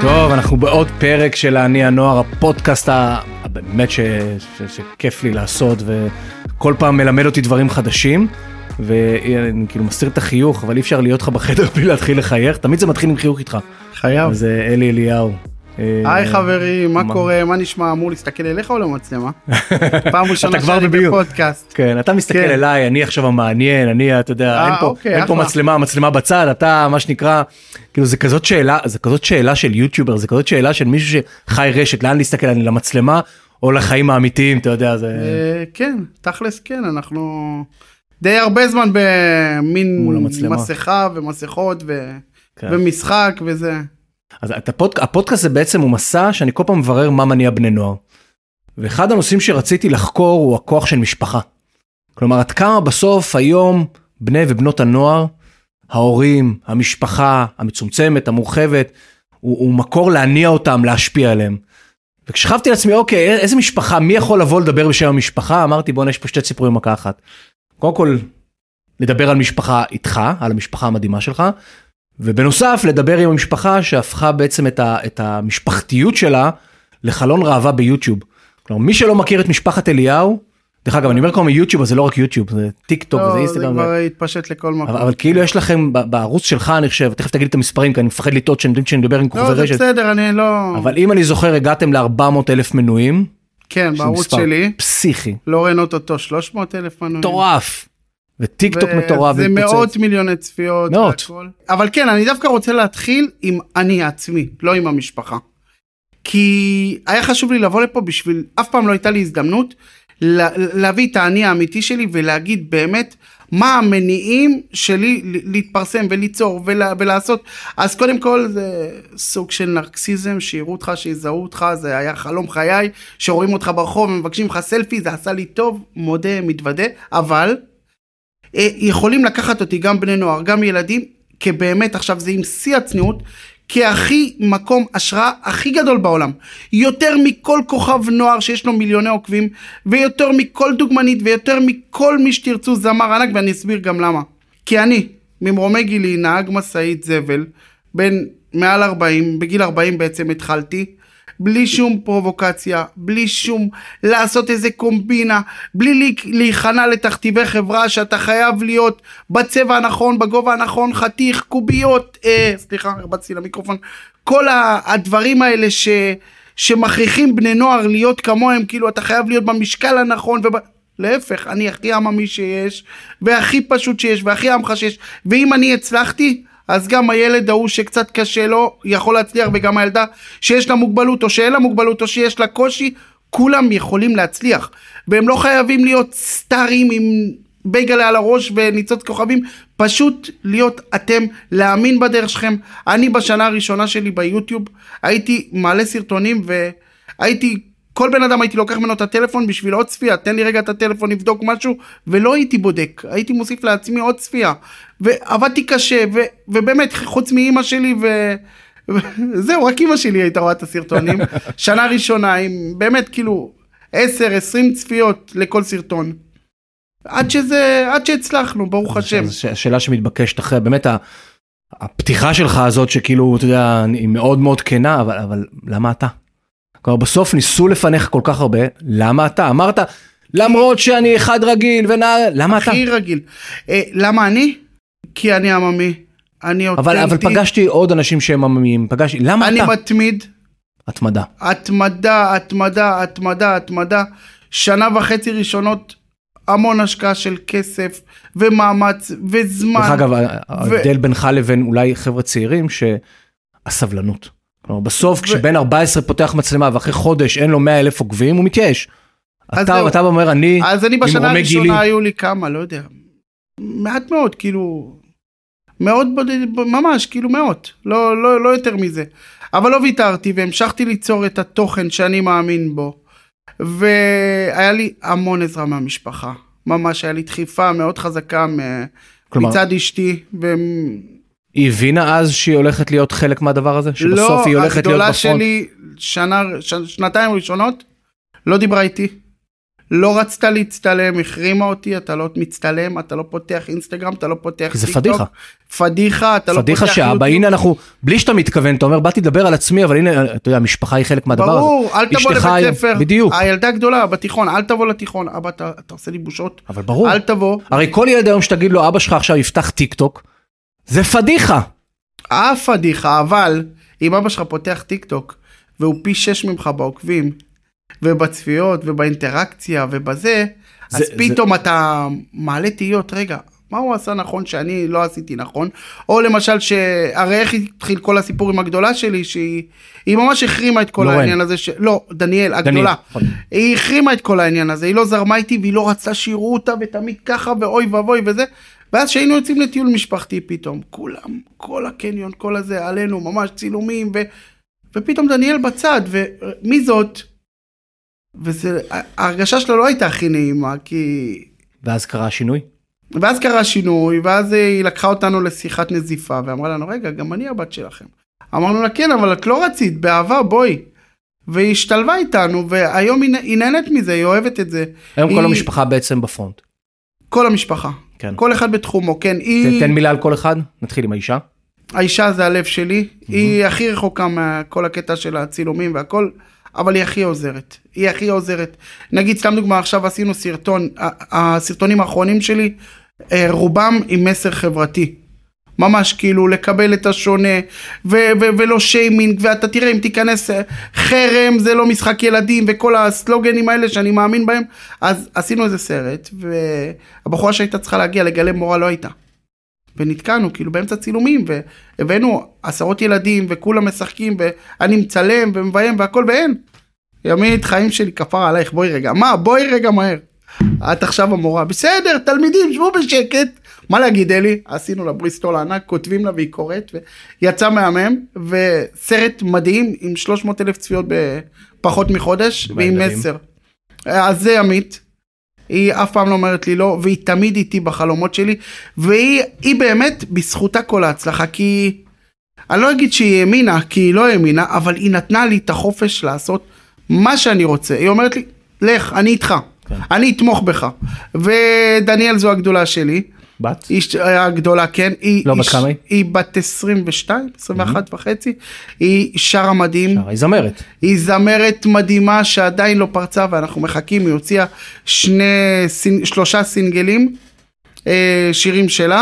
טוב, אנחנו בעוד פרק של אני הנוער, הפודקאסט באמת שכיף לי לעשות, וכל פעם מלמד אותי דברים חדשים, ואני כאילו מסתיר את החיוך, אבל אי אפשר להיות לך בחדר בלי להתחיל לחייך, תמיד זה מתחיל עם חיוך איתך. חייב. אז אלי אליהו. היי חברים, מה קורה? מה נשמע? אמור להסתכל אליך או למצלמה? פעם ראשונה שאני בפודקאסט. כן, אתה מסתכל אליי, אני עכשיו המעניין, אני, אתה יודע, אין פה מצלמה בצד, אתה, מה שנקרא, כאילו זה כזאת שאלה של יוטיובר, זה כזאת שאלה של מישהו שחי רשת, לאן להסתכל, אני למצלמה או לחיים האמיתיים, אתה יודע, זה... כן, תכלס כן, אנחנו די הרבה זמן במין מסכה ומסכות ומשחק וזה. אז הפודקאסט זה בעצם הוא מסע שאני כל פעם מברר מה מניע בני נוער. ואחד הנושאים שרציתי לחקור הוא הכוח של משפחה. כלומר, עד כמה בסוף היום בני ובנות הנוער, ההורים, המשפחה, המצומצמת, המורחבת, הוא מקור להניע אותם, להשפיע עליהם. וכשחשבתי לעצמי, אוקיי, איזה משפחה, מי יכול לבוא לדבר בשם המשפחה? אמרתי, בוא יש פה שתי סיפורים מכה אחת. קודם כל, לדבר על משפחה איתך, על המשפחה המדהימה שלך, ובנוסף, לדבר עם המשפחה שהפכה בעצם את המשפחתיות שלה לחלון ראווה ביוטיוב. כלומר, מי שלא מכיר את משפחת אליהו, דרך אגב, אני אומר כמו מיוטיוב, אז זה לא רק יוטיוב, זה טיק טוק, זה אינסטגרם. זה כבר התפשט לכל מקום. אבל כאילו יש לכם בערוץ שלך, אני חושב, תכף תגיד את המספרים, כי אני מפחד לטעות שאני מדבר עם כוכבי רשת. לא, זה בסדר, אני לא... אבל אם אני זוכר, הגעתם ל-400,000 מנויים. כן, בערוץ שלי. פסיכי. לא ראינות אותו, 300,000 מנויים. מטורף. וטיק טוק מטורף. זה מאות מיליוני צפיות. מאות. אבל כן, אני דווקא רוצה להתחיל עם אני עצמי, לא עם המשפחה. כי היה חשוב לי לבוא לפה בשביל, אף פעם לא הייתה לי הזדמנות, להביא את האני האמיתי שלי ולהגיד באמת מה המניעים שלי להתפרסם וליצור ולעשות. אז קודם כל זה סוג של נרקסיזם, שיראו אותך, שיזהו אותך, זה היה חלום חיי, שרואים אותך ברחוב ומבקשים לך סלפי, זה עשה לי טוב, מודה, מתוודה, אבל יכולים לקחת אותי גם בני נוער, גם ילדים, כי באמת עכשיו זה עם שיא הצניעות, כהכי מקום השראה הכי גדול בעולם, יותר מכל כוכב נוער שיש לו מיליוני עוקבים, ויותר מכל דוגמנית, ויותר מכל מי שתרצו זמר ענק, ואני אסביר גם למה. כי אני, ממרומי גילי, נהג מסעית זבל, בין מעל 40, בגיל 40 בעצם התחלתי, בלי שום פרובוקציה, בלי שום לעשות איזה קומבינה, בלי להיכנע לתכתיבי חברה שאתה חייב להיות בצבע הנכון, בגובה הנכון, חתיך, קוביות, סליחה, הרבצתי למיקרופון, כל הדברים האלה שמכריחים בני נוער להיות כמוהם, כאילו אתה חייב להיות במשקל הנכון, להפך, אני הכי עממי שיש, והכי פשוט שיש, והכי עמך שיש, ואם אני הצלחתי, אז גם הילד ההוא שקצת קשה לו יכול להצליח, וגם הילדה שיש לה מוגבלות או שאין לה מוגבלות או שיש לה קושי, כולם יכולים להצליח, והם לא חייבים להיות סטארים עם בייגלה על הראש וניצוץ כוכבים, פשוט להיות אתם, להאמין בדרך שלכם. אני בשנה הראשונה שלי ביוטיוב הייתי מעלה סרטונים, והייתי כל בן אדם הייתי לוקח ממנו את הטלפון בשביל עוד צפייה, תן לי רגע את הטלפון לבדוק משהו, ולא הייתי בודק, הייתי מוסיף לעצמי עוד צפייה, ועבדתי קשה, ובאמת חוץ מאמא שלי, וזהו, רק אמא שלי הייתה רואה את הסרטונים, שנה ראשונה, עם באמת כאילו 10-20 צפיות לכל סרטון, עד שהצלחנו, ברוך השם. השאלה שמתבקשת אחרי, באמת הפתיחה שלך הזאת, שכאילו, אתה יודע, היא מאוד מאוד כנה, אבל למה אתה? כלומר, בסוף ניסו לפניך כל כך הרבה, למה אתה? אמרת, למרות שאני אחד רגיל, למה אתה? הכי רגיל. למה אני? כי אני עממי, אני אותנטי. אבל פגשתי עוד אנשים שהם עממיים, למה אתה? אני מתמיד. התמדה. התמדה. 1.5 שנה ראשונות, המון השקעה של כסף, ומאמץ, וזמן. דרך אגב, ההבדל בינך לבין אולי חבר'ה צעירים, שהסבלנות. כלומר, בסוף כשבן 14 פותח מצלמה ואחרי חודש אין לו 100,000 עוקבים, הוא מתייאש. אתה אומר, אז אני בשנה הראשונה היו לי כמה, לא יודע, מעט מאוד, כאילו, מאוד בודד, ממש, כאילו מאות, לא יותר מזה. אבל לא ויתרתי והמשכתי ליצור את התוכן שאני מאמין בו. והיה לי המון עזרה מהמשפחה. ממש היה לי דחיפה מאוד חזקה מצד אשתי, היא הבינה אז שהיא הולכת להיות חלק מהדבר הזה? שבסוף היא הולכת להיות בפרונט? לא, הגדולה שלי, שנתיים ראשונות, לא דיברה איתי. לא רצתה להצטלם, החרימה אותי, אתה לא מצטלם, אתה לא פותח אינסטגרם, אתה לא פותח זה פדיחה. פדיחה, אתה לא פותח פדיחה שאבא, הנה אנחנו, בלי שאתה מתכוון, אתה אומר, באתי לדבר על עצמי, אבל הנה, אתה יודע, המשפחה היא חלק מהדבר הזה. ברור, אל תבוא לבית ספר. בדיוק. הילדה גדולה בתיכון, אל תבוא לתיכון, אבא, אתה עושה לי בושות. אבל ברור. אל תבוא. הרי כל ילד היום שתגיד לו, אבא שלך עכשיו יפתח טיק טוק, זה פדיחה. פדיחה, אבל אם אבא שלך פותח טיק טוק, והוא פי 6 ממך בעוקבים, ובצפיות, ובאינטראקציה, ובזה, אז פתאום אתה מעלה תהיות, רגע, מה הוא עשה נכון שאני לא עשיתי נכון? או למשל, הרי איך התחיל כל הסיפור עם הגדולה שלי, שהיא ממש החרימה את כל העניין הזה, לא, דניאל, הגדולה, היא החרימה את כל העניין הזה, היא לא זרמה איתי, והיא לא רצתה שיראו אותה, ותמיד ככה, ואוי ואבוי וזה, ואז שהיינו יוצאים לטיול משפחתי פתאום, כולם, כל הקניון, כל הזה, עלינו, ממש צילומים, ופתאום דניאל בצד, ומי זאת? ההרגשה שלה לא הייתה הכי נעימה, כי... ואז קרה השינוי? ואז היא לקחה אותנו לשיחת נזיפה, ואמרה לנו, רגע, גם אני הבת שלכם. אמרנו לה, כן, אבל את לא רצית, באהבה, בואי. והיא השתלבה איתנו, והיום היא נהנית מזה, היא אוהבת את זה. היום כל המשפחה בעצם בפרונט. כל המשפחה. כן. כל אחד בתחומו, כן. תן מילה על כל אחד, נתחיל עם האישה. האישה זה הלב שלי, היא הכי רחוקה מכל הקטע של הצילומים והכל, אבל היא הכי עוזרת. נגיד, סתם דוגמה, עכשיו עשינו סרטון, הסרטונים האחרונים שלי, רובם עם מסר חברתי. ממש כאילו לקבל את השונה, ולא שיימינג, ואתה תראה אם תיכנס חרם, זה לא משחק ילדים, וכל הסלוגנים האלה שאני מאמין בהם, אז עשינו איזה סרט, והבחורה שהייתה צריכה להגיע לגלם מורה לא הייתה. ונתקענו כאילו באמצע צילומים, והבאנו 10 ילדים, וכולם משחקים, ואני מצלם ומביים והכל, ואין. ימית, חיים שלי כפרה עלייך, בואי רגע מהר. את עכשיו המורה, בסדר, תלמידים, שבו בשקט. מה להגיד אלי? עשינו לה בריסטול הענק, כותבים לה והיא קוראת, ויצא מהמם, וסרט מדהים עם 300,000 צפיות בפחות מחודש, ועם מסר. אז זה ימית. היא אף פעם לא אומרת לי לא, והיא תמיד איתי בחלומות שלי, והיא באמת בזכותה כל ההצלחה, כי אני לא אגיד שהיא האמינה, כי היא לא האמינה, אבל היא נתנה לי את החופש לעשות מה שאני רוצה. היא אומרת לי, לך, אני איתך, אני אתמוך בך. ודניאל זו הגדולה שלי. בת? הגדולה, כן. לא בת כמה היא? היא בת 22, 21 וחצי. היא שרה מדהים. היא זמרת. היא זמרת מדהימה שעדיין לא פרצה, ואנחנו מחכים, היא הוציאה 3 סינגלים, שירים שלה,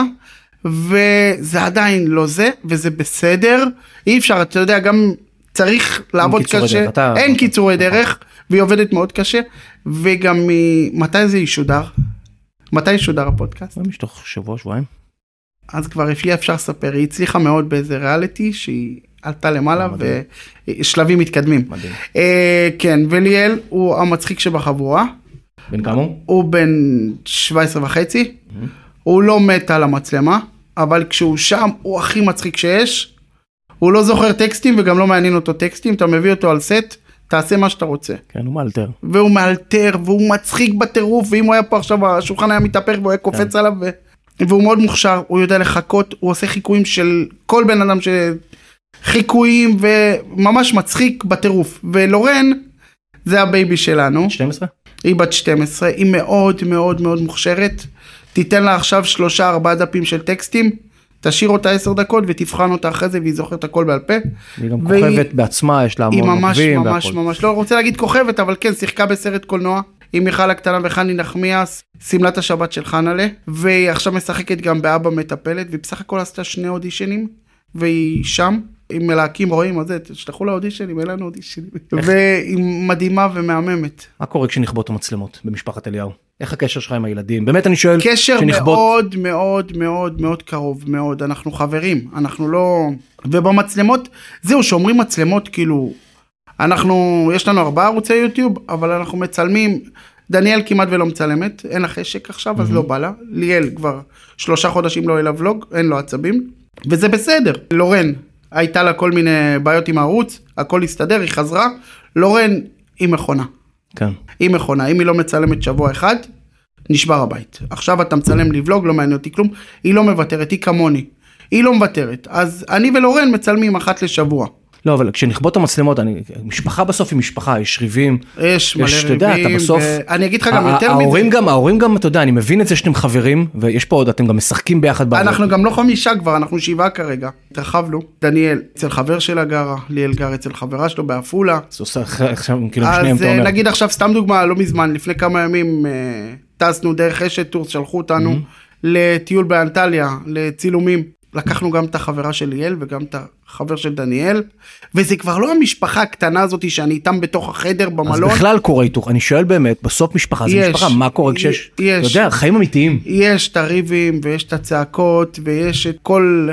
וזה עדיין לא זה, וזה בסדר. אי אפשר, אתה יודע, גם צריך לעבוד קשה. אין קיצורי דרך, והיא עובדת מאוד קשה, וגם מתי זה ישודר? מתי ישודר הפודקאסט? תוך שבוע, שבועיים. אז כבר אפשר לספר, היא הצליחה מאוד באיזה ריאליטי, שהיא עלתה למעלה, ושלבים מתקדמים. מדהים. כן, וליאל הוא המצחיק שבחבורה. בן כמה הוא? הוא בן 17 וחצי. הוא לא מת על המצלמה, אבל כשהוא שם, הוא הכי מצחיק שיש. הוא לא זוכר טקסטים, וגם לא מעניין אותו טקסטים, אתה מביא אותו על סט, תעשה מה שאתה רוצה. כן, הוא מאלתר. והוא מאלתר, והוא מצחיק בטירוף, ואם הוא היה פה עכשיו, השולחן היה מתהפך, והוא היה קופץ עליו, והוא מאוד מוכשר, הוא יודע לחכות, הוא עושה חיקויים של כל בן אדם חיקויים, וממש מצחיק בטירוף. ולורן, זה הבייבי שלנו. 12? היא בת 12, היא מאוד מאוד מאוד מוכשרת, תיתן לה עכשיו 3-4 דפים של טקסטים, תשאיר אותה 10 דקות ותבחן אותה אחרי זה, והיא זוכרת הכל בעל פה. היא גם כוכבת בעצמה, יש לה המון עוקבים. היא ממש, לא רוצה להגיד כוכבת, אבל כן, שיחקה בסרט קולנוע, עם מיכל הקטנה וחני נחמיאס, סמלת השבת של חנלה, והיא עכשיו משחקת גם באבא מטפלת, והיא בסך הכל עשתה 2 אודישנים, והיא שם, עם מלהקים רואים, אז תשלחו לה אודישנים, אין לנו אודישנים, והיא מדהימה ומהממת. מה קורה כשנכבות המצלמות במשפחת אליהו? איך הקשר שלך עם הילדים? באמת אני שואל, קשר מאוד מאוד מאוד מאוד קרוב, מאוד, אנחנו חברים, אנחנו לא, ובמצלמות, זהו, שאומרים מצלמות, כאילו, יש לנו 4 ערוצי יוטיוב, אבל אנחנו מצלמים, דניאל כמעט ולא מצלמת, אין לה חשק עכשיו, אז לא בא לה, ליאל כבר 3 חודשים לא אליו ולוג, אין לו עצבים, וזה בסדר. לורן, הייתה לה כל מיני בעיות עם הערוץ, הכל הסתדר, היא חזרה, לורן היא מכונה. כן. היא מכונה, אם היא לא מצלמת שבוע אחד, נשבר הבית. עכשיו אתה מצלם לי ולוג, לא מעניין אותי כלום, היא לא מוותרת, היא כמוני, היא לא מוותרת. אז אני ולורן מצלמים אחת לשבוע. לא, אבל כשנכבות המצלמות, משפחה בסוף היא משפחה, יש ריבים. יש מלא ריבים, אני אגיד לך גם יותר מזה. ההורים גם, אתה יודע, אני מבין את זה שאתם חברים, ויש פה עוד, אתם גם משחקים ביחד. אנחנו גם לא 5 כבר, אנחנו 7 כרגע. התרחבנו, דניאל אצל חבר שלה גרה, ליאל גר אצל חברה שלו באפולה. אז נגיד עכשיו, סתם דוגמה, לא מזמן, לפני כמה ימים, טסנו דרך אשת טורס, שלחו אותנו לטיול באנטליה, לצילומים. לקחנו גם את החברה של ליאל וגם את החבר של דניאל, וזה כבר לא המשפחה הקטנה הזאת שאני איתם בתוך החדר במלון. אז בכלל קורה איתוך, אני שואל באמת, בסוף משפחה זה משפחה, מה קורה כשיש, אתה יודע, חיים אמיתיים. יש את הריבים ויש את הצעקות ויש את כל,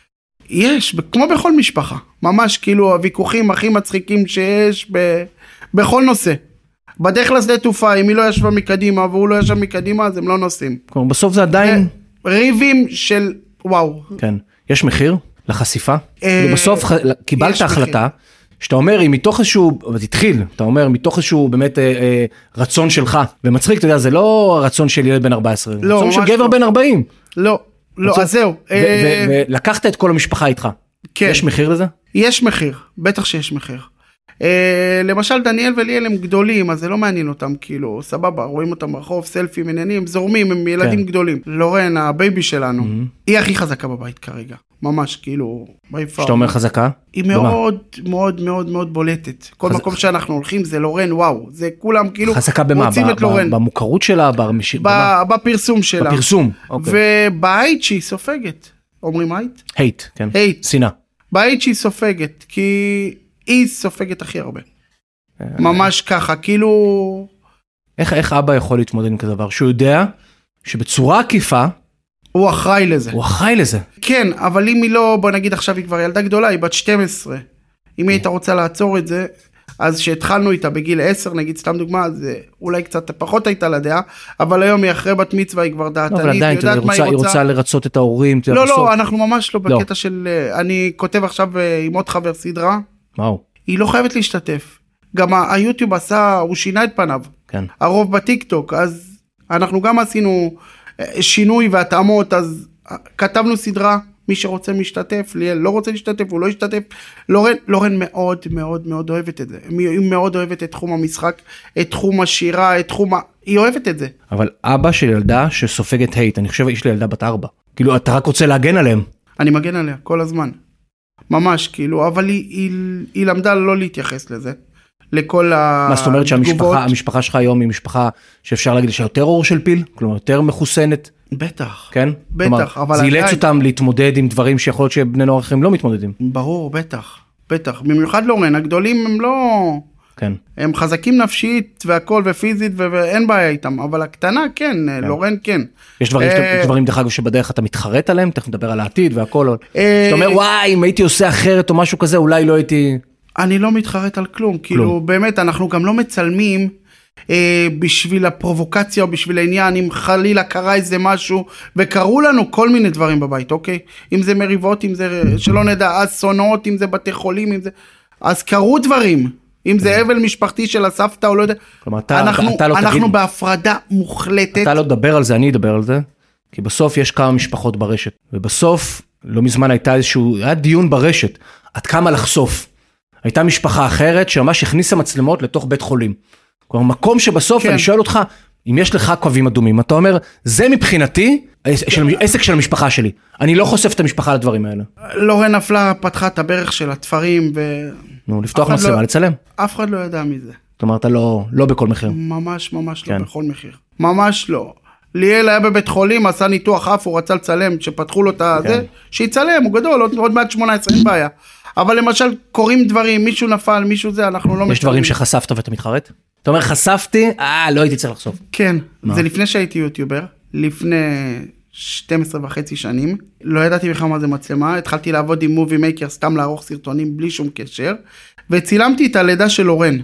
יש, כמו בכל משפחה, ממש כאילו הוויכוחים הכי מצחיקים שיש בכל נושא. בדרך לשדה תעופה, אם היא לא ישבה מקדימה והוא לא ישב מקדימה, אז הם לא נוסעים. כלומר, בסוף זה עדיין ריבים של וואו. כן. יש מחיר לחשיפה? בסוף קיבלת החלטה, שאתה אומר, אם מתוך איזשהו, תתחיל, אתה אומר, מתוך איזשהו באמת רצון שלך, ומצחיק, אתה יודע, זה לא רצון של ילד בן 14, לא, רצון של גבר בן 40. לא, אז זהו. ולקחת את כל המשפחה איתך. כן. יש מחיר לזה? יש מחיר, בטח שיש מחיר. למשל דניאל וליאל הם גדולים, אז זה לא מעניין אותם, כאילו, סבבה, רואים אותם ברחוב, סלפים, עניינים, זורמים, הם ילדים גדולים. לורן, הבייבי שלנו, היא הכי חזקה בבית כרגע, ממש, כאילו, שאתה אומר חזקה? היא מאוד, מאוד, מאוד, מאוד בולטת. כל מקום שאנחנו הולכים זה לורן, וואו, זה כולם כאילו, חזקה במה? במוכרות שלה? בפרסום שלה. בפרסום, ובית שהיא סופגת. אומרים הייט? הייט, כן. שנאה. בית שהיא סופגת, כי היא סופגת הכי הרבה. ממש ככה, כאילו... איך אבא יכול להתמודד עם כזה דבר? שהוא יודע שבצורה עקיפה... הוא אחראי לזה. הוא אחראי לזה. כן, אבל אם היא לא, בוא נגיד עכשיו היא כבר ילדה גדולה, היא בת 12. אם היא הייתה רוצה לעצור את זה, אז שהתחלנו איתה בגיל 10, נגיד סתם דוגמה, אז אולי קצת פחות הייתה לדעה, אבל היום היא אחרי בת מצווה, היא כבר דעתנית, אבל עדיין, היא רוצה לרצות את ההורים. לא, אנחנו ממש לא בקטע של... אני כותב עכשיו עם עוד חבר סדרה, היא לא חייבת להשתתף. גם היוטיוב עשה, הוא שינה את פניו. כן. הרוב בטיקטוק, אז אנחנו גם עשינו שינוי והתאמות, אז כתבנו סדרה, מי שרוצה משתתף, ליאל לא רוצה להשתתף, הוא לא ישתתף. לורן מאוד מאוד מאוד אוהבת את זה. היא מאוד אוהבת את תחום המשחק, את תחום השירה, את תחום היא אוהבת את זה. אבל אבא של ילדה שסופגת הייט, אני חושב יש לי ילדה בת 4. כאילו, אתה רק רוצה להגן עליהם. אני מגן עליה כל הזמן. ממש, כאילו, אבל היא למדה לא להתייחס לזה. לכל התגובות. מה זאת אומרת שהמשפחה שלך היום היא משפחה שאפשר להגיד שיותר אור של פיל? כלומר, יותר מחוסנת? בטח. כן? בטח, אבל... זה אילץ אותם להתמודד עם דברים שיכול להיות שבני נוער אחרים לא מתמודדים. ברור, בטח. בטח. במיוחד לורן, הגדולים הם לא... כן. הם חזקים נפשית והכל ופיזית ואין בעיה איתם, אבל הקטנה כן, לורן כן. יש דברים דרך אגב שבדרך אתה מתחרט עליהם, תכף נדבר על העתיד והכל. אתה אומר וואי, אם הייתי עושה אחרת או משהו כזה, אולי לא הייתי... אני לא מתחרט על כלום, כאילו באמת אנחנו גם לא מצלמים בשביל הפרובוקציה או בשביל העניין, אם חלילה קרה איזה משהו, וקראו לנו כל מיני דברים בבית, אוקיי? אם זה מריבות, אם זה שלא נדע, אסונות, אם זה בתי חולים, אם זה... אז קראו דברים, אם זה אבל משפחתי של הסבתא או לא יודע, אנחנו בהפרדה מוחלטת. אתה לא תדבר על זה, אני אדבר על זה, כי בסוף יש כמה משפחות ברשת, ובסוף לא מזמן היה דיון ברשת, עד כמה לחשוף. הייתה משפחה אחרת שממש הכניסה מצלמות לתוך בית חולים. כלומר, מקום שבסוף אני שואל אותך, אם יש לך קווים אדומים, אתה אומר, זה מבחינתי עסק של המשפחה שלי. אני לא חושף את המשפחה לדברים האלה. לורן נפלה, פתחה את הברך של התפרים נו, לפתוח מצלמה, לצלם. אף אחד לא ידע מזה. זאת אומרת, לא בכל מחיר. ממש לא בכל מחיר. ממש לא. ליאל היה בבית חולים, עשה ניתוח אף, הוא רצה לצלם, שפתחו לו את זה, שיצלם, הוא גדול, עוד מעט 18, אין בעיה. אבל למשל, קוראים דברים, מישהו נפל, מישהו זה, אנחנו לא... יש דברים שחשפת ואתה מתחרט? אתה אומר, חשפתי, לא הייתי צריך לחשוף. כן, זה לפני שהייתי יוטיובר, לפני 12.5 שנים, לא ידעתי בכלל מה זה מצלמה, התחלתי לעבוד עם מובי מייקר, סתם לערוך סרטונים בלי שום קשר, וצילמתי את הלידה של לורן.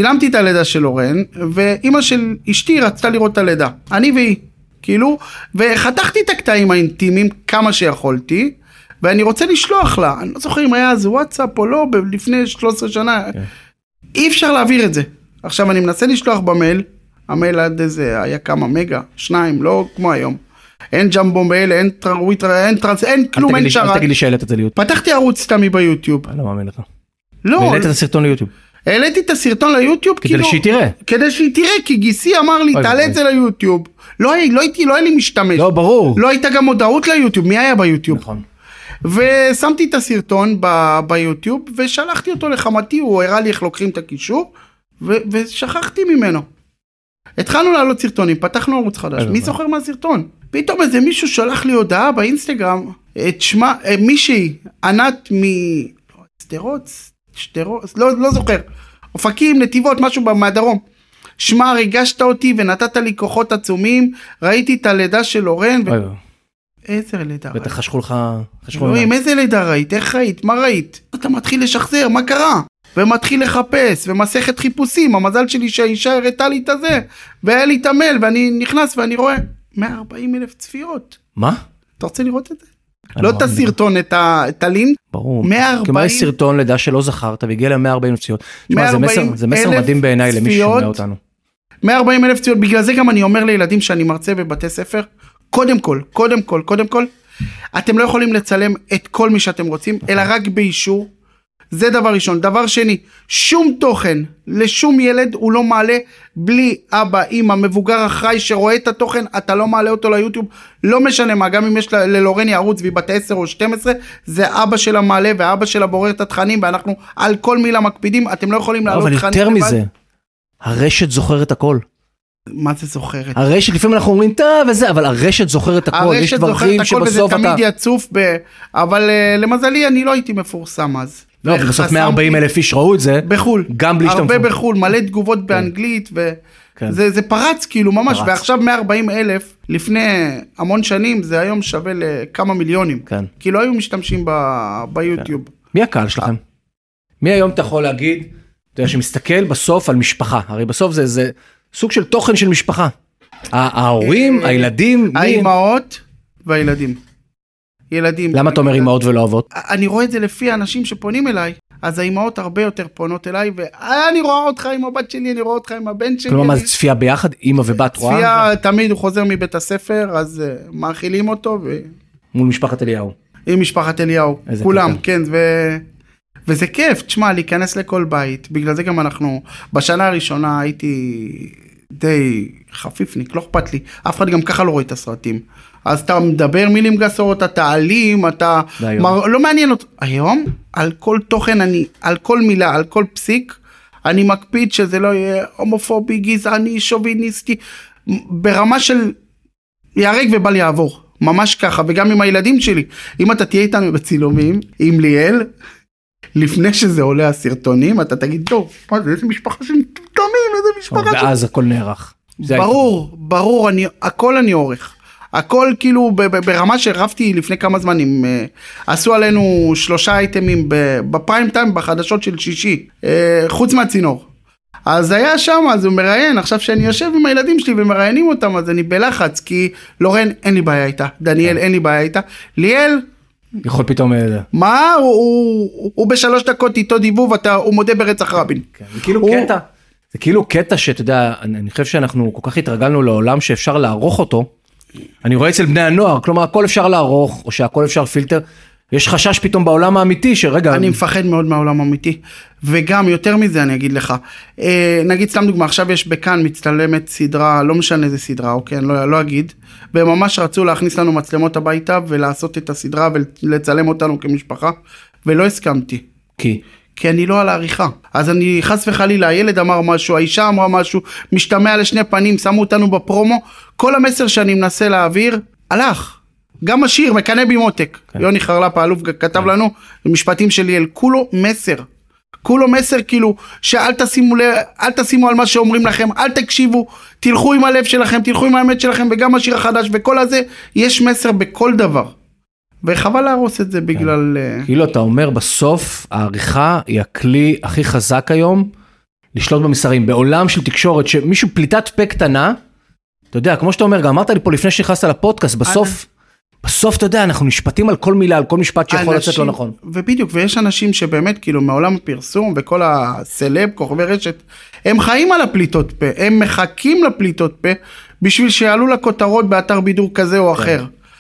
ואימא של אשתי רצתה לראות את הלידה, אני והיא, כאילו, וחתכתי את הקטעים האינטימיים כמה שיכולתי, ואני רוצה לשלוח לה, אני לא זוכר אם היה אז וואטסאפ או לא, לפני 13 שנה, אי אפשר להעביר את זה. עכשיו אני מנסה לשלוח במייל, המייל עד איזה היה כמה מגה, 2, לא כמו היום. אין ג'מבו מייל, אין טרנס, אין כלום, אין שרת. אל תגיד לי שהעלית את זה ליוטיוב. פתחתי ערוץ סתמי ביוטיוב. לא מאמין לך. לא. העלית את הסרטון ליוטיוב. העליתי את הסרטון ליוטיוב, כדי שהיא תראה. כדי שהיא תראה, כי גיסי אמר לי, תעלה את זה ליוטיוב. לא היה לי משתמש. לא, ברור. לא הייתה גם מודעות ליוטיוב, מי היה ביוטיוב? נכון. ושמתי את הסרטון ביוטיוב, ושלחתי אותו לחמתי, הוא הראה לי איך לוקחים את הקישור, ושכחתי ממנו. התחלנו לעלות סרטונים, פתחנו ערוץ חדש, מי זוכר מהסרטון? פתאום איזה מישהו שלח לי הודעה באינסטגרם, את שמה, מישהי, ענת משדרות, לא זוכר, אופקים, נתיבות, משהו מהדרום. שמה, ריגשת אותי ונתת לי כוחות עצומים, ראיתי את הלידה של לורן, איזה לידה ראית? בטח חשכו לך, אלוהים, איזה לידה ראית? איך ראית? מה ראית? אתה מתחיל לשחזר, מה קרה? ומתחיל לחפש, ומסכת חיפושים, המזל שלי שהאישה הראתה לי את הזה, והיה לי את המייל, ואני נכנס ואני רואה 140,000 צפיות. מה? אתה רוצה לראות את זה? לא את הסרטון, את הלינק. ברור. כמו יש סרטון לידה שלא זכרת, והגיע ל-140,000 צפיות. זה מסר מדהים בעיניי למי ששומע אותנו. 140,000 צפיות, בגלל זה גם אני אומר לילדים שאני מרצה בבתי ספר, קודם כל, אתם לא יכולים לצלם את כל מי שאתם רוצים, אלא רק באישור. זה דבר ראשון. דבר שני, שום תוכן לשום ילד הוא לא מעלה בלי אבא, אמא, מבוגר אחראי שרואה את התוכן, אתה לא מעלה אותו ליוטיוב, לא משנה מה, גם אם יש ללורני ערוץ והיא בת 10 או 12, זה אבא שלה מעלה ואבא שלה בורר את התכנים, ואנחנו על כל מילה מקפידים, אתם לא יכולים לעלות תכנים. אבל יותר מזה, הרשת זוכרת הכל. מה זה זוכרת? הרשת, לפעמים אנחנו אומרים, טוב וזה, אבל הרשת זוכרת הכל, יש דברים שבסוף אתה... וזה תמיד יצוף, אבל למזלי אני לא הייתי מפורסם אז. לא, בסוף 140,000 איש ראו את זה. בחול. גם בלי הרבה בחול, מלא תגובות באנגלית, וזה פרץ כאילו ממש, ועכשיו 140,000, לפני המון שנים, זה היום שווה לכמה מיליונים. כי לא היו משתמשים ביוטיוב. מי הקהל שלכם? מי היום אתה יכול להגיד, אתה יודע, שמסתכל בסוף על משפחה, הרי בסוף זה סוג של תוכן של משפחה. ההורים, הילדים, האימהות והילדים. ילדים. למה אתה אומר אימהות ולא אבות? אני רואה את זה לפי האנשים שפונים אליי, אז האימהות הרבה יותר פונות אליי, ואני רואה אותך עם הבת שלי, אני רואה אותך עם הבן שלי. כלומר, מה זה צפייה ביחד? אימא ובת רואה? צפייה, תמיד הוא חוזר מבית הספר, אז מאכילים אותו. מול משפחת אליהו. עם משפחת אליהו, כולם, כן, וזה כיף, תשמע, להיכנס לכל בית, בגלל זה גם אנחנו, בשנה הראשונה הייתי די חפיפניק, לא אכפת לי, אף אחד גם ככה לא רואה את הסרטים, אז אתה מדבר מילים גסות, אתה אלים, אתה, לא מעניין אותו, היום, על כל תוכן, על כל מילה, על כל פסיק, אני מקפיד שזה לא יהיה הומופובי, גזעני, שוביניסטי, ברמה של יהרג ובל יעבור, ממש ככה, וגם עם הילדים שלי, אם אתה תהיה איתנו בצילומים, עם ליאל, לפני שזה עולה הסרטונים, אתה תגיד, טוב, מה זה, איזה משפחה של תמים, איזה משפחה של... ואז הכל נערך. ברור, הכל אני עורך. הכל כאילו ברמה שרבתי לפני כמה זמנים, עשו עלינו 3 אייטמים בפריים טיים, בחדשות של שישי, חוץ מהצינור. אז היה שם, אז הוא מראיין, עכשיו שאני יושב עם הילדים שלי ומראיינים אותם, אז אני בלחץ, כי לורן אין לי בעיה איתה, דניאל אין לי בעיה איתה, ליאל, יכול פתאום... מה? הוא ב3 דקות איתו דיבוב, הוא מודה ברצח רבין. זה כאילו קטע שאתה יודע, אני חושב שאנחנו כל כך התרגלנו לעולם שאפשר לערוך אותו, אני רואה אצל בני הנוער, כלומר הכל אפשר לערוך, או שהכל אפשר פילטר, יש חשש פתאום בעולם האמיתי שרגע... אני מפחד מאוד מהעולם האמיתי, וגם יותר מזה אני אגיד לך, נגיד סתם דוגמה, עכשיו יש בכאן מצטלמת סדרה, לא משנה איזה סדרה, אוקיי, אני לא אגיד, והם ממש רצו להכניס לנו מצלמות הביתה, ולעשות את הסדרה ולצלם אותנו כמשפחה, ולא הסכמתי. כי אני לא על העריכה, אז אני חס וחלילה, הילד אמר משהו, האישה אמרה משהו, משתמע לשני פנים, שמו אותנו בפרומו, כל המסר שאני מנסה להעביר, הלך. גם השיר, מקנה בי מותק, יוני חרל"פ האלוף כתב לנו, משפטים של ליאל, כולו מסר כאילו, שאל תשימו על מה שאומרים לכם, אל תקשיבו, תלכו עם הלב שלכם, תלכו עם האמת שלכם, וגם השיר החדש, וכל הזה, יש מסר בכל דבר. וחבל להרוס את זה בגלל... כאילו אתה אומר, בסוף העריכה היא הכלי הכי חזק היום, לשלוט במסרים, בעולם של תקשורת, שמישהו פליטת פה קטנה, אתה יודע, כמו שאתה אומר, גם אמרת לי פה לפני שנכנסת לפודקאסט, בסוף אתה יודע, אנחנו נשפטים על כל מילה, על כל משפט שיכול לצאת לא נכון. ובדיוק, ויש אנשים שבאמת כאילו מעולם הפרסום וכל הסלב, כוכבי רשת, הם חיים על הפליטות פה, הם מחכים לפליטות פה, בשביל שיעלו לכותרות באתר בידור כזה או אחר.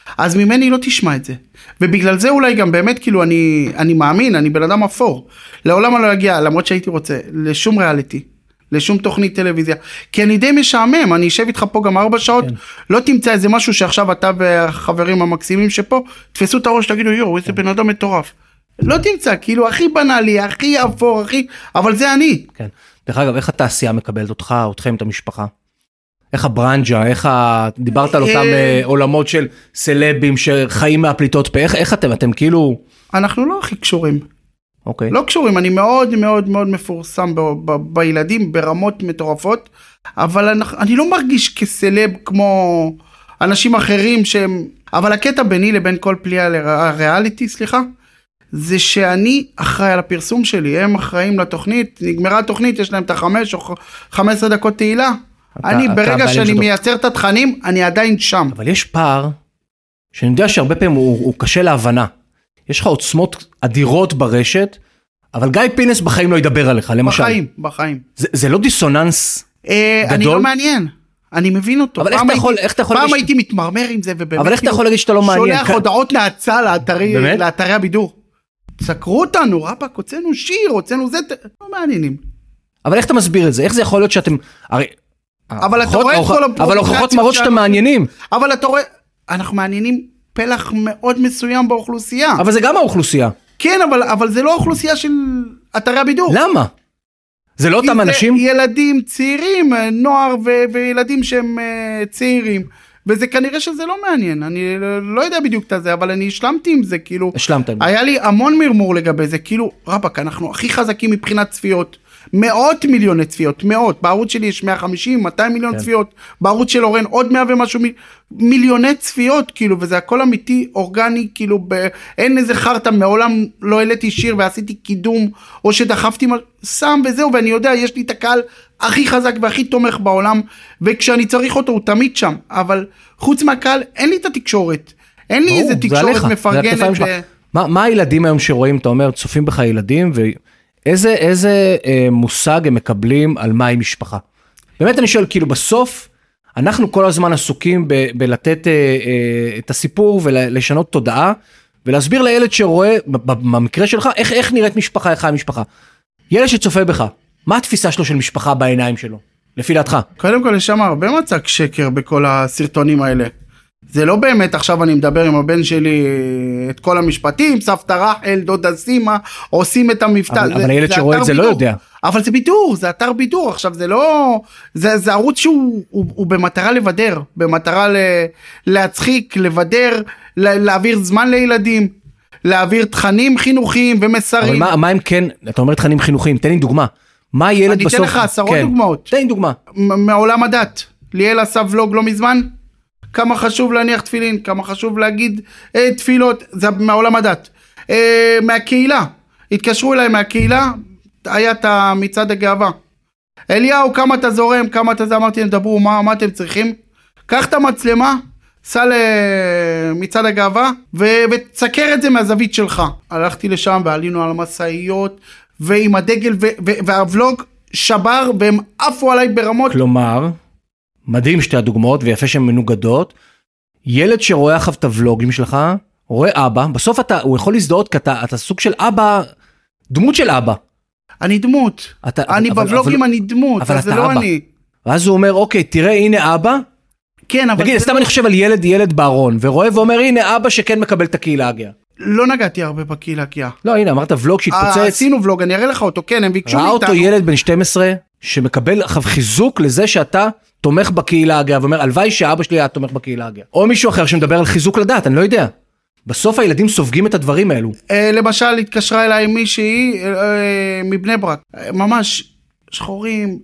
אז ממני לא תשמע את זה. ובגלל זה אולי גם באמת, כאילו, אני מאמין, אני בן אדם אפור. לעולם אני לא אגיע, למרות שהייתי רוצה, לשום ריאליטי, לשום תוכנית טלוויזיה. כי אני די משעמם, אני אשב איתך פה גם 4 שעות, לא תמצא איזה משהו שעכשיו אתה והחברים המקסימים שפה, תפסו את הראש, תגידו, יו, איזה בן אדם מטורף. לא תמצא, כאילו, הכי בנאלי, הכי אפור, אבל זה אני. כן. דרך אגב, איך התעשייה מקבלת אותך, אתכם, את המשפחה? איך הברנג'ה, דיברת על אותם עולמות של סלבים שחיים מהפליטות פה, איך אתם כאילו... אנחנו לא הכי קשורים. אוקיי. לא קשורים, אני מאוד מאוד מאוד מפורסם בילדים ברמות מטורפות, אבל אני לא מרגיש כסלב כמו אנשים אחרים שהם... אבל הקטע ביני לבין כל פליאה הריאליטי, סליחה, זה שאני אחראי על הפרסום שלי, הם אחראים לתוכנית, נגמרה התוכנית, יש להם את 5 או 15 דקות תהילה. אני ברגע שאני מייצר את התכנים, אני עדיין שם. אבל יש פער, שאני יודע שהרבה פעמים הוא קשה להבנה. יש לך עוצמות אדירות ברשת, אבל גיא פינס בחיים לא ידבר עליך, למשל. בחיים. זה לא דיסוננס גדול? אני לא מעניין. אני מבין אותו. אבל איך אתה יכול... פעם הייתי מתמרמר עם זה, ובאמת... אבל איך אתה יכול להגיד שאתה לא מעניין? שולח הודעות נאצה לאתרי הבידור. סקרו אותנו, רבק, הוצאנו שיר, הוצאנו זה, לא מעניינים. אבל איך אתה מסביר את זה? איך זה יכול להיות שאתם... אבל אתה רואה את כל הפרובוקציה... אבל הוכחות מראות שאתם מעניינים. אבל אתה רואה... אנחנו מעניינים פלח מאוד מסוים באוכלוסייה. אבל זה גם האוכלוסייה. כן, אבל זה לא האוכלוסייה של אתרי הבידור. למה? זה לא אותם אנשים? זה ילדים צעירים, נוער וילדים שהם צעירים. וזה כנראה שזה לא מעניין, אני לא יודע בדיוק את זה, אבל אני השלמתי עם זה, כאילו, היה לי המון מרמור לגבי זה, כאילו, רבק, אנחנו הכי חזקים מבחינת צפיות, 100 מיליוני צפיות, 100, בערוץ שלי יש 150, 200 מיליון צפיות, בערוץ של אורן עוד 100 ומשהו מיליוני צפיות, כאילו, וזה הכל אמיתי, אורגני, כאילו, אין איזה חרטה, מעולם לא העליתי שיר ועשיתי קידום, או שדחפתי שם וזהו, ואני יודע, יש לי את הקהל הכי חזק והכי תומך בעולם, וכשאני צריך אותו הוא תמיד שם, אבל חוץ מהקהל אין לי את התקשורת, אין לי איזה תקשורת מפרגנת. מה הילדים היום שרואים, אתה אומר, צופים בך ילדים, ואיזה מושג הם מקבלים על מה היא משפחה? באמת אני שואל, כאילו בסוף, אנחנו כל הזמן עסוקים בלתת את הסיפור ולשנות תודעה, ולהסביר לילד שרואה, במקרה שלך, איך נראית משפחה, איך המשפחה. ילד שצופה בך, מה התפיסה שלו של משפחה בעיניים שלו, לפי דעתך? קודם כל, יש שם הרבה מצג שקר בכל הסרטונים האלה. זה לא באמת, עכשיו אני מדבר עם הבן שלי את כל המשפטים, סבתא רחל, דודה סימה, עושים את המבטא. אבל הילד שרואה את זה לא יודע. אבל זה בידור, זה אתר בידור, עכשיו זה לא, זה ערוץ שהוא במטרה לבדר, במטרה להצחיק, לבדר, להעביר זמן לילדים, להעביר תכנים חינוכיים ומסרים. אבל מה הם כן, אתה אומר תכנים חינוכיים, תן לי דוגמה. מה ילד בסוף... אני אתן לך 10 דוגמאות. תן לי דוגמה. מעולם הדת. ליאל עשה ולוג לא מזמן, כמה חשוב להניח תפילין, כמה חשוב להגיד תפילות, זה מעולם הדת. מהקהילה, התקשרו אליי מהקהילה, היה את מצעד הגאווה. אליהו, כמה אתה זורם, כמה אתה זה, אמרתי להם, דברו, מה אתם צריכים? קח את המצלמה, סע למצעד הגאווה, ותסקר את זה מהזווית שלך. הלכתי לשם ועלינו על המסעיות, ועם הדגל והוולוג שבר, והם עפו עליי ברמות. כלומר, מדהים שתי הדוגמאות, ויפה שהן מנוגדות, ילד שרואה אחר את הוולוגים שלך, רואה אבא, בסוף הוא יכול להזדהות, כי אתה סוג של אבא, דמות של אבא. אני דמות. אני בוולוגים אני דמות, אז זה לא אני. ואז הוא אומר, אוקיי, תראה, הנה אבא. כן, אבל... נגיד, סתם אני חושב על ילד בארון, ורואה ואומר, הנה אבא שכן מקבל את הקהילה הגאה. לא נגעתי הרבה בקהילה הגאה. לא, הנה, אמרת ולוג שהתפוצץ. עשינו ולוג, אני אראה לך אותו, כן, הם ביקשו מאיתנו. ראה אותו ילד בן 12, שמקבל חיזוק לזה שאתה תומך בקהילה הגאה, ואומר, הלוואי שאבא שלי היה תומך בקהילה הגאה. או מישהו אחר שמדבר על חיזוק לדת, אני לא יודע. בסוף הילדים סופגים את הדברים האלו. למשל, התקשרה אליי מישהי מבני ברק, ממש שחורים,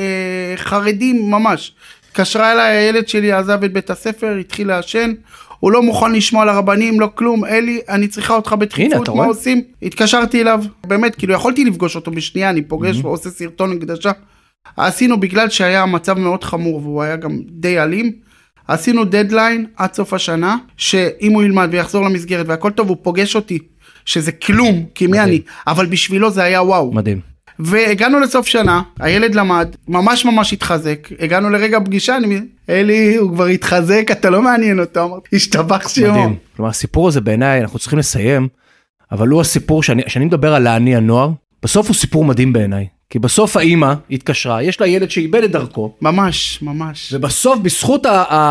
חרדים ממש. התקשרה אליי, הילד שלי עזב את בית הספר, התחיל לעשן, הוא לא מוכן לשמוע לרבנים, לא כלום, אלי, אני צריכה אותך בדחיפות, מה עושים? התקשרתי אליו, באמת, כאילו יכולתי לפגוש אותו בשנייה, אני פוגש ועושה סרטון הקדשה. עשינו בגלל שהיה מצב מאוד חמור, והוא היה גם די אלים, עשינו דדליין עד סוף השנה, שאם הוא ילמד ויחזור למסגרת והכל טוב, הוא פוגש אותי, שזה כלום, כי מי אני, אבל בשבילו זה היה וואו. מדהים. והגענו לסוף שנה, הילד למד, ממש ממש התחזק, הגענו לרגע פגישה, אלי, הוא כבר התחזק, אתה לא מעניין אותו, אמרתי, השתבח שמו. מדהים, כלומר הסיפור הזה בעיניי, אנחנו צריכים לסיים, אבל הוא הסיפור שאני מדבר על להניע נוער, בסוף הוא סיפור מדהים בעיניי, כי בסוף האמא התקשרה, יש לה ילד שאיבד את דרכו. ממש, ממש. ובסוף, בזכות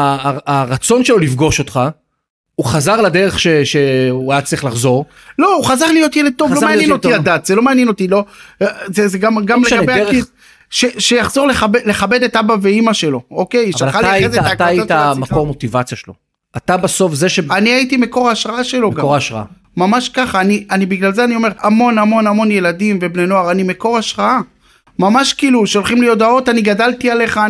הרצון שלו לפגוש אותך, הוא חזר לדרך שהוא היה צריך לחזור. לא, הוא חזר להיות ילד טוב, לא מעניין אותי הדת, זה לא מעניין אותי, לא, זה גם לגבי הכיס, שיחזור לכבד את אבא ואמא שלו, אוקיי? אבל אתה היית מקור מוטיבציה שלו. אתה בסוף זה אני הייתי מקור ההשראה שלו גם. מקור ההשראה. ממש ככה, אני בגלל זה אני אומר, המון המון המון ילדים ובני נוער, אני מקור השראה. ממש כאילו, שולחים לי הודעות, אני גדלתי עליך,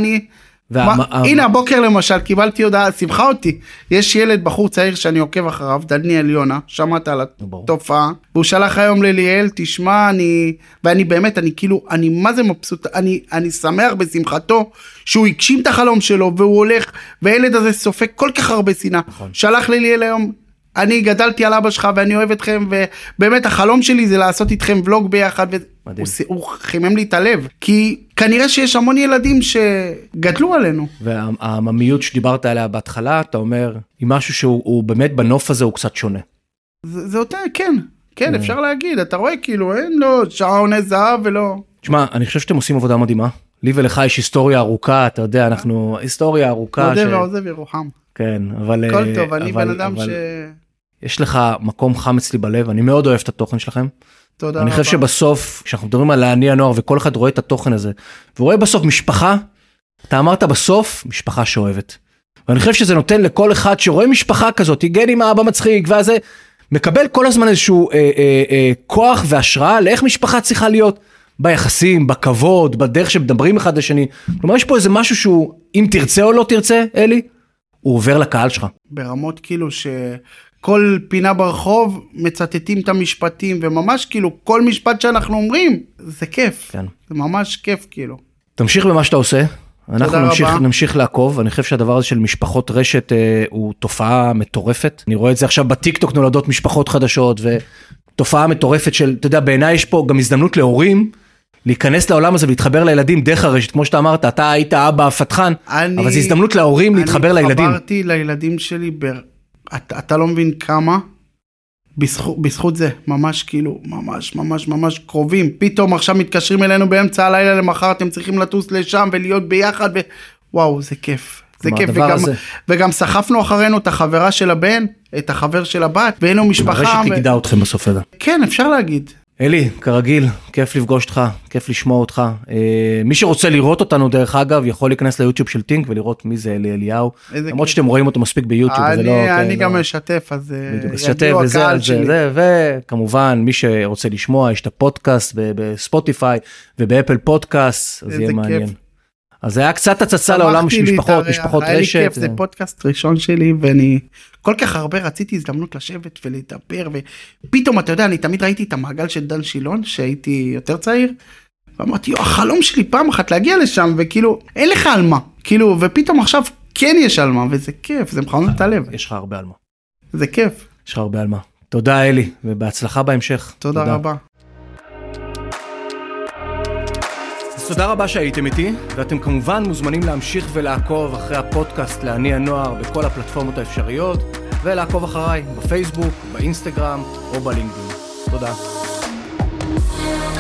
הנה הבוקר למשל, קיבלתי הודעה, שמחה אותי, יש ילד בחור צעיר שאני עוקב אחריו, דניאל יונה, שמעת על התופעה, והוא שלח היום לליאל, תשמע, ואני באמת, אני מה זה מבסוט, אני שמח בשמחתו, שהוא הגשים את החלום שלו, והוא הולך, והילד הזה סופק כל כך הרבה שנאה, שלח לליאל היום, אני גדלתי על אבא שלך ואני אוהב אתכם, ובאמת החלום שלי זה לעשות איתכם ולוג ביחד, הוא חימם לי את הלב, כי כנראה שיש המון ילדים שגדלו עלינו. והעממיות שדיברת עליה בהתחלה, אתה אומר, היא משהו שהוא באמת בנוף הזה הוא קצת שונה. זה אותה, כן, אפשר להגיד, אתה רואה כאילו, אין לו שעוני זהב ולא. תשמע, אני חושב שאתם עושים עבודה מדהימה, לי ולך יש היסטוריה ארוכה, אתה יודע, אנחנו, היסטוריה ארוכה. מודה ועוזב ירוחם. כן, אבל... הכל טוב, אני בן אדם יש לך מקום חם אצלי בלב, אני מאוד אוהב את התוכן שלכם. תודה רבה. אני חושב שבסוף, כשאנחנו מדברים על להניע נוער, וכל אחד רואה את התוכן הזה, ורואה בסוף משפחה, אתה אמרת בסוף, משפחה שאוהבת. ואני חושב שזה נותן לכל אחד שרואה משפחה כזאת, יגן עם האבא מצחיק, ואז מקבל כל הזמן איזשהו כוח והשראה, לאיך משפחה צריכה להיות, ביחסים, בכבוד, בדרך שמדברים אחד לשני. כלומר, יש פה איזה משהו שהוא, אם תרצה או לא תרצה, אלי, הוא עובר לקהל שלך. ברמות כאילו שכל פינה ברחוב מצטטים את המשפטים, וממש כאילו כל משפט שאנחנו אומרים, זה כיף. כן. זה ממש כיף כאילו. תמשיך במה שאתה עושה. אנחנו נמשיך לעקוב. אני חושב שהדבר הזה של משפחות רשת הוא תופעה מטורפת. אני רואה את זה עכשיו בטיקטוק נולדות משפחות חדשות, ותופעה מטורפת של, אתה יודע, בעיניי יש פה גם הזדמנות להורים, להיכנס לעולם הזה ולהתחבר לילדים דרך הרשת, כמו שאתה אמרת, אתה היית אבא פתחן, אבל זו הזדמנות להורים להתחבר לילדים. אני חברתי לילדים שלי, אתה לא מבין כמה, בזכות זה, ממש כאילו, ממש קרובים, פתאום עכשיו מתקשרים אלינו באמצע הלילה למחר, אתם צריכים לטוס לשם ולהיות ביחד, וואו, זה כיף. זה כיף, וגם סחפנו אחרינו את החברה של הבן, את החבר של הבת, והיינו משפחה. הרשת תגדע אתכם בסוף הזה. כן, אפשר להגיד. אלי, כרגיל, כיף לפגוש אותך, כיף לשמוע אותך. מי שרוצה לראות אותנו דרך אגב, יכול להיכנס ליוטיוב של טינק ולראות מי זה אלי אליהו. למרות שאתם רואים אותו מספיק ביוטיוב. אני גם משתף, אז יגיעו הקהל שלי. וכמובן, מי שרוצה לשמוע, יש את הפודקאסט בספוטיפיי ובאפל פודקאסט, אז יהיה מעניין. אז זה היה קצת הצצה לעולם של משפחות רשת. היה לי כיף, זה פודקאסט ראשון שלי, ואני כל כך הרבה רציתי הזדמנות לשבת ולדבר, ופתאום אתה יודע, אני תמיד ראיתי את המעגל של דן שילון, שהייתי יותר צעיר, ואמרתי, החלום שלי פעם אחת להגיע לשם, וכאילו, אין לך על מה, כאילו, ופתאום עכשיו כן יש על מה, וזה כיף, זה מחמם את הלב. יש לך הרבה על מה. זה כיף. יש לך הרבה על מה. תודה אלי, ובהצלחה בהמשך. תודה רבה. תודה רבה שהייתם איתי, ואתם כמובן מוזמנים להמשיך ולעקוב אחרי הפודקאסט להניע נוער בכל הפלטפורמות האפשריות, ולעקוב אחריי בפייסבוק, באינסטגרם או בלינקדאין. תודה.